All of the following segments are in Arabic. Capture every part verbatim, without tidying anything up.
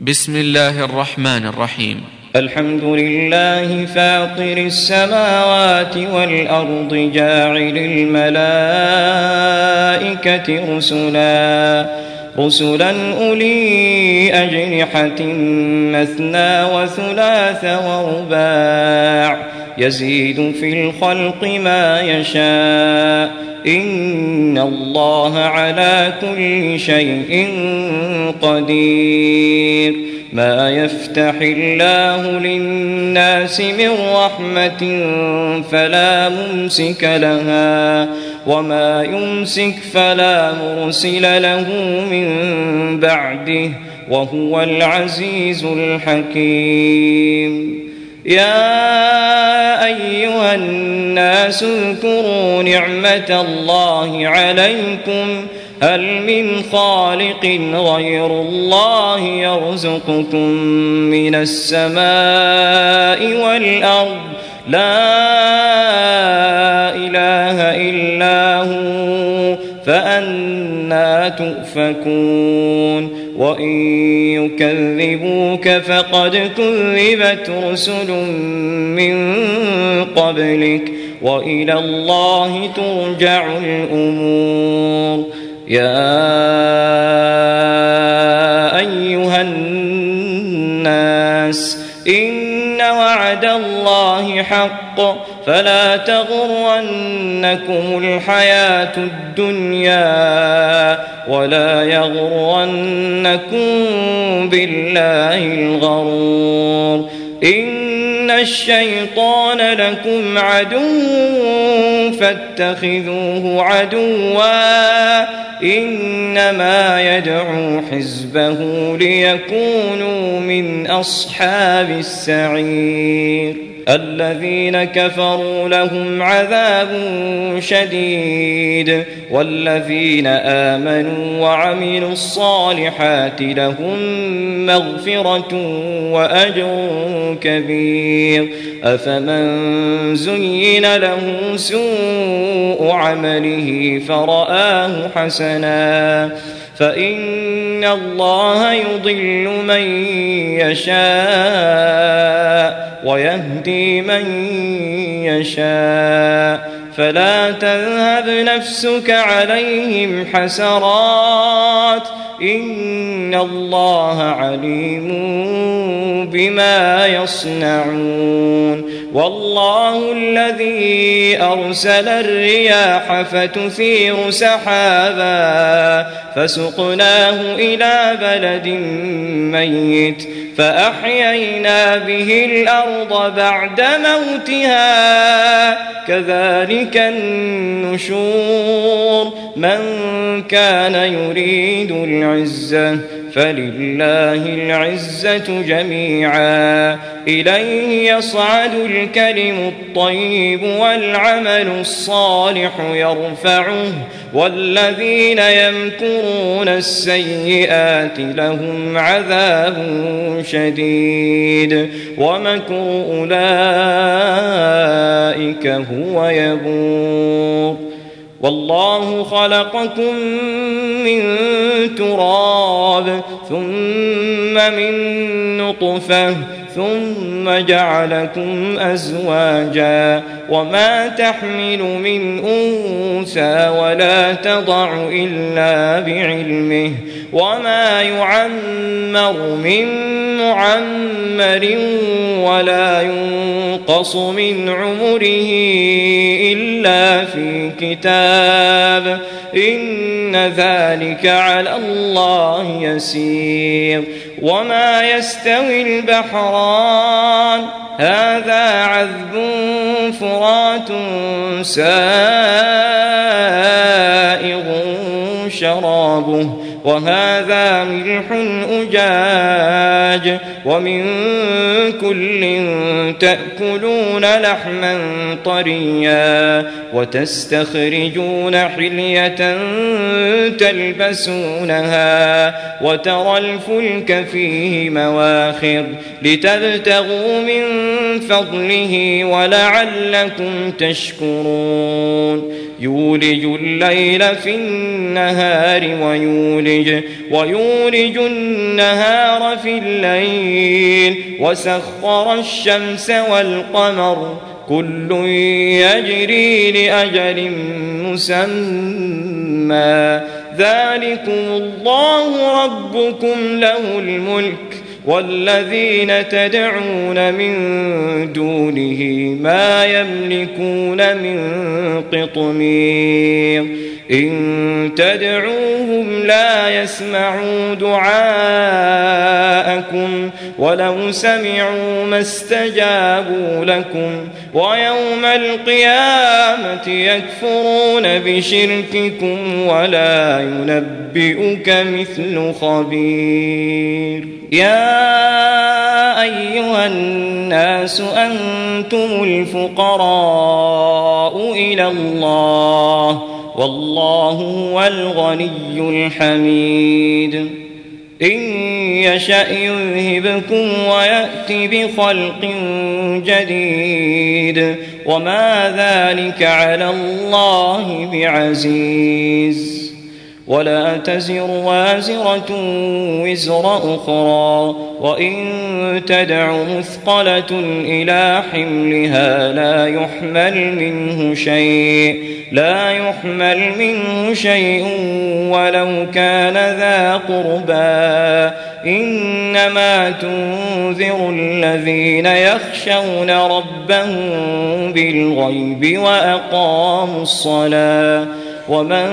بسم الله الرحمن الرحيم. الحمد لله فاطر السماوات والأرض جاعل الملائكة رسلا رسلا أولي أجنحة مثنى وثلاث ورباع يزيد في الخلق ما يشاء إن الله على كل شيء قدير. ما يفتح الله للناس من رحمة فلا ممسك لها وما يمسك فلا مرسل له من بعده وهو العزيز الحكيم. يا أيها الناس اذكروا نعمة الله عليكم هل من خالق غير الله يرزقكم من السماء والأرض لا إله إلا هو فأنى تؤفكون. وإن يكذبوك فقد كذبت رسل من قبلك وإلى الله ترجع الأمور. يا أيها الناس إن وعد الله حق فلا تغرنكم الحياة الدنيا ولا يغرنكم بالله الغرور. إن الشيطان لكم عدو فاتخذوه عدوا إنما يدعو حزبه ليكونوا من أصحاب السعير. الذين كفروا لهم عذاب شديد والذين آمنوا وعملوا الصالحات لهم مغفرة وأجر كبير. أفمن زين له سوء عمله فرآه حسنا فإن الله يضل من يشاء ويهدي من يشاء فلا تذهب نفسك عليهم حسرات إن الله عليم بما يصنعون. والله الذي أرسل الرياح فتثير سحابا فسقناه إلى بلد ميت فأحيينا به الأرض بعد موتها كذلك النشور. من كان يريد العزة فلله العزة جميعا إليه يصعد الكلم الطيب والعمل الصالح يرفعه والذين يمكرون السيئات لهم عذاب شديد ومكر أولئك هو يبور. والله خلقكم من تراب ثم من نطفة ثم جعلكم أزواجا وما تحمل من أنثى ولا تضع إلا بعلمه وما يعمر من معمر ولا ينقص من عمره إلا في كتاب إن ذلك على الله يسير. وما يستوي البحران هذا عذب فرات سائغ شرابه وهذا ملح أجاج ومن كل تأكلون لحما طريا وتستخرجون حلية تلبسونها وترى الفلك فيه مواخر لتبتغوا من فضله ولعلكم تشكرون. يولج الليل في النهار ويولج, ويولج النهار في الليل وسخر الشمس والقمر كل يجري لأجل مسمى ذلكم الله ربكم له الملك والذين تدعون من دونه ما يملكون من قطمير إن تدعوهم لا يسمعوا دعاءكم ولو سمعوا ما استجابوا لكم ويوم القيامة يكفرون بشرككم ولا ينبئك مثل خبير. يا أيها الناس أنتم الفقراء إلى الله والله هو الغني الحميد. إن يشأ يذهبكم ويأت بخلق جديد وما ذلك على الله بعزيز. ولا تزر وازرة وزر أخرى وإن تدع مثقلة إلى حملها لا يحمل منه شيء لا يحمل منه شيء ولو كان ذا قربى إنما تنذر الذين يخشون ربهم بالغيب وأقاموا الصلاة ومن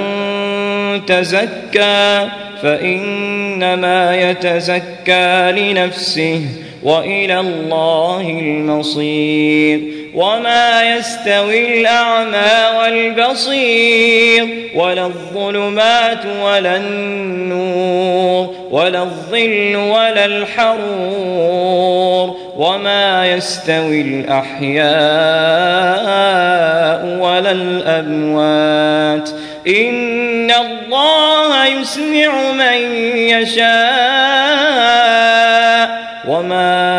تزكى فإنما يتزكى لنفسه وإلى الله المصير. وما يستوي الأعمى والبصير ولا الظلمات ولا النور ولا الظل ولا الحرور وما يستوي الأحياء ولا الأموات إن الله يسمع من يشاء وما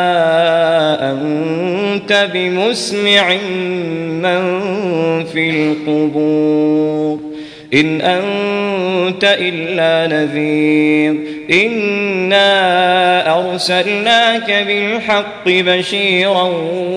أنت بمسمع من في القبور إن أنت إلا نذير. إنا أرسلناك بالحق بشيرا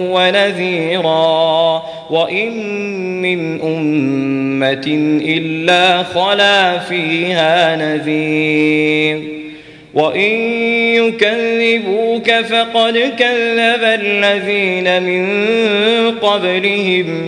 ونذيرا وإن من أمة إلا خلا فيها نذير وإن يكذبوك فقد كذب الذين من قبلهم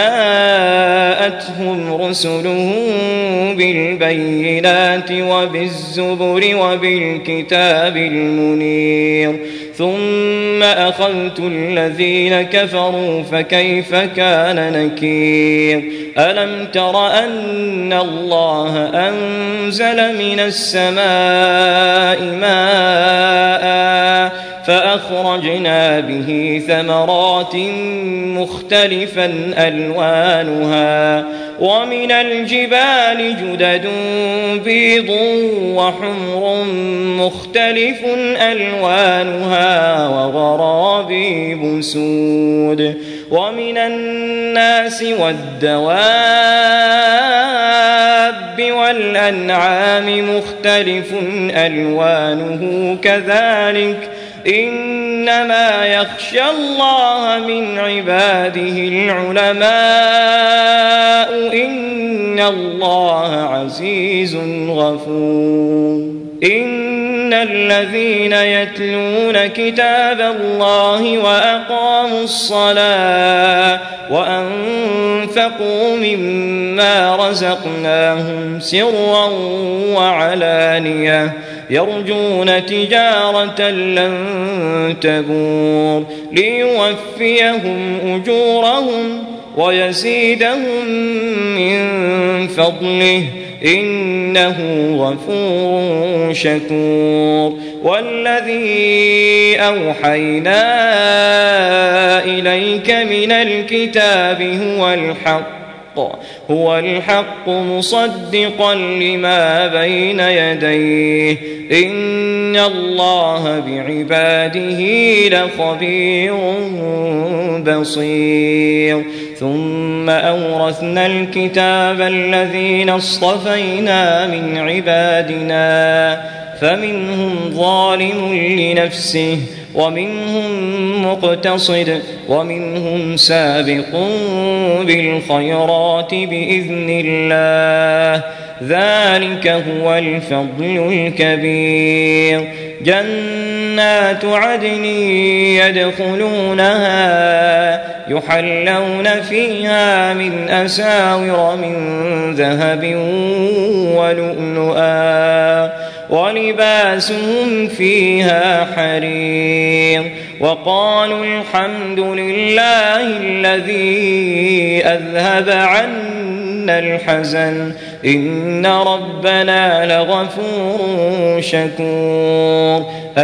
جاءتهم رسلهم بالبينات وبالزبر وبالكتاب المنير ثم أخذت الذين كفروا فكيف كان نكير. ألم تر أن الله أنزل من السماء ماء فأخرجنا به ثمرات مختلفا ألوانها ومن الجبال جدد بيض وحمر مختلف ألوانها وغرابيب سود ومن الناس والدواب والأنعام مختلف ألوانه كذلك إنما يخشى الله من عباده العلماء إن الله عزيز غفور. إن الذين يتلون كتاب الله وأقاموا الصلاة وأنفقوا مما رزقناهم سرا وعلانية يرجون تجارة لن تبور ليوفيهم أجورهم ويزيدهم من فضله إنه غفور شكور. والذي أوحينا إليك من الكتاب هو الحق هو الحق مصدقا لما بين يديه إن الله بعباده لخبير بصير. ثم أورثنا الكتاب الذين اصطفينا من عبادنا فمنهم ظالم لنفسه ومنهم مقتصد ومنهم سابق بالخيرات بإذن الله ذلك هو الفضل الكبير. جنات عدن يدخلونها يحلون فيها من أساور من ذهب ولؤلؤا ولباسهم فيها حرير. وقالوا الحمد لله الذي أذهب عنا الحزن إن ربنا لغفور شكور.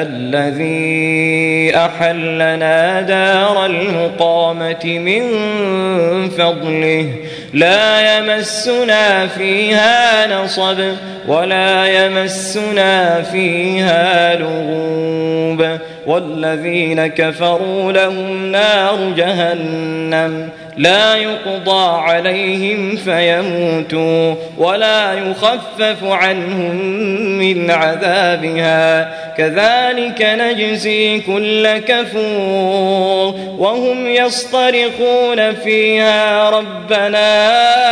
الذي أحلنا دار المقامة من فضله لا يمسنا فيها نصب ولا يمسنا فيها لغوب. والذين كفروا لهم نار جهنم لا يقضى عليهم فيموتوا ولا يخفف عنهم من عذابها كذلك نجزي كل كفور. وهم يصطرخون فيها ربنا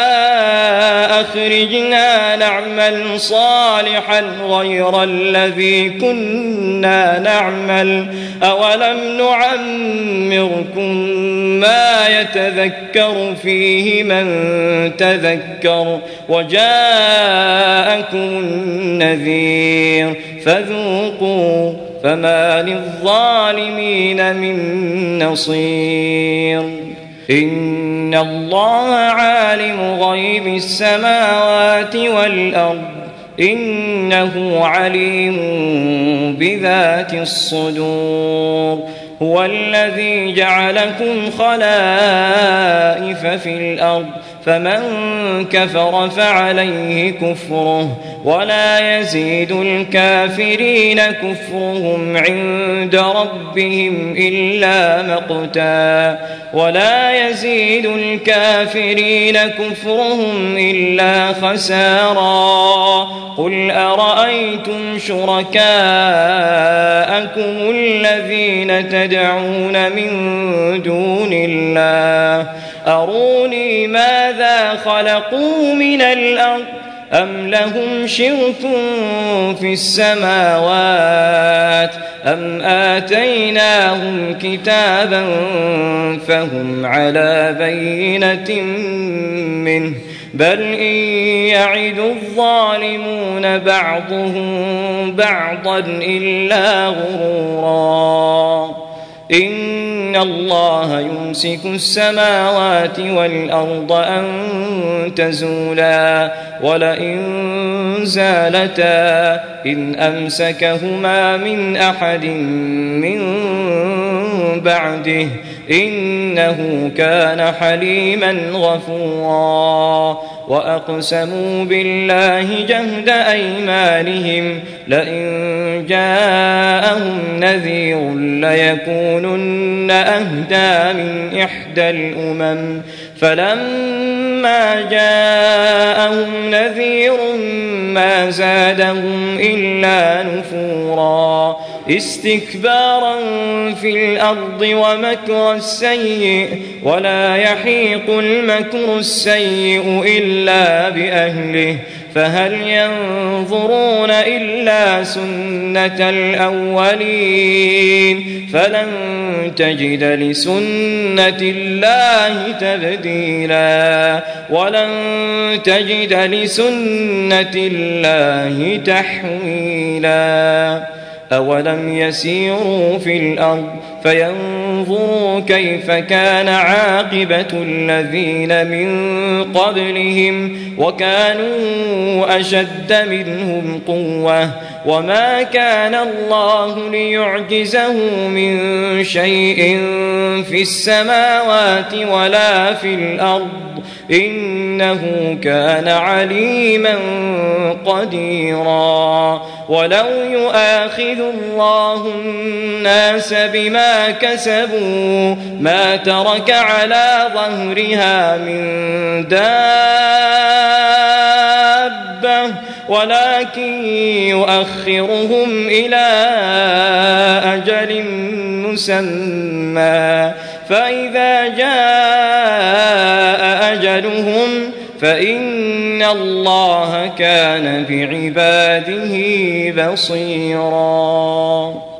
أخرجنا نعمل صالحا غير الذي كنا نعمل أولم نعمركم ما يتذكر فيه من تذكر وجاءكم النذير فذوقوا فما للظالمين من نصير. إن الله عالم غيب السماوات والأرض إنه عليم بذات الصدور. هو الذي جعلكم خلائف في الأرض فمن كفر فعليه كفره ولا يزيد الكافرين كفرهم عند ربهم إلا مقتا ولا يزيد الكافرين كفرهم إلا خسارا. قل أرأيتم شركاءكم الذين تدعون من دون الله أروني ماذا خلقوا من الأرض أم لهم شرك في السماوات أم آتيناهم كتابا فهم على بينة منه بل إن يعد الظالمون بعضهم بعضا إلا غرورا. إن الله يمسك السماوات والأرض أن تزولا ولئن زالتا إن أمسكهما من أحد من بعده إنه كان حليما غفورا. وأقسموا بالله جهد أيمانهم لئن جاءهم نذير ليكونن أهدى من إحدى الأمم فلما جاءهم نذير ما زادهم إلا نفورا استكبارا في الأرض ومكر السيء ولا يحيق المكر السيء إلا بأهله فهل ينظرون إلا سنة الأولين فلن تجد لسنة الله تبديلا ولن تجد لسنة الله تحويلا. أولم يسيروا في الأرض فينظروا كيف كان عاقبة الذين من قبلهم وكانوا أشد منهم قوة وما كان الله ليعجزه من شيء في السماوات ولا في الأرض إنه كان عليما قديرا ولو يؤاخذ الله الناس بما كسبوا ما ترك على ظهرها من دابة ولكن يؤخرهم إلى أجل مسمى فإذا جاء أجلهم فإن الله كان بعباده بصيراً.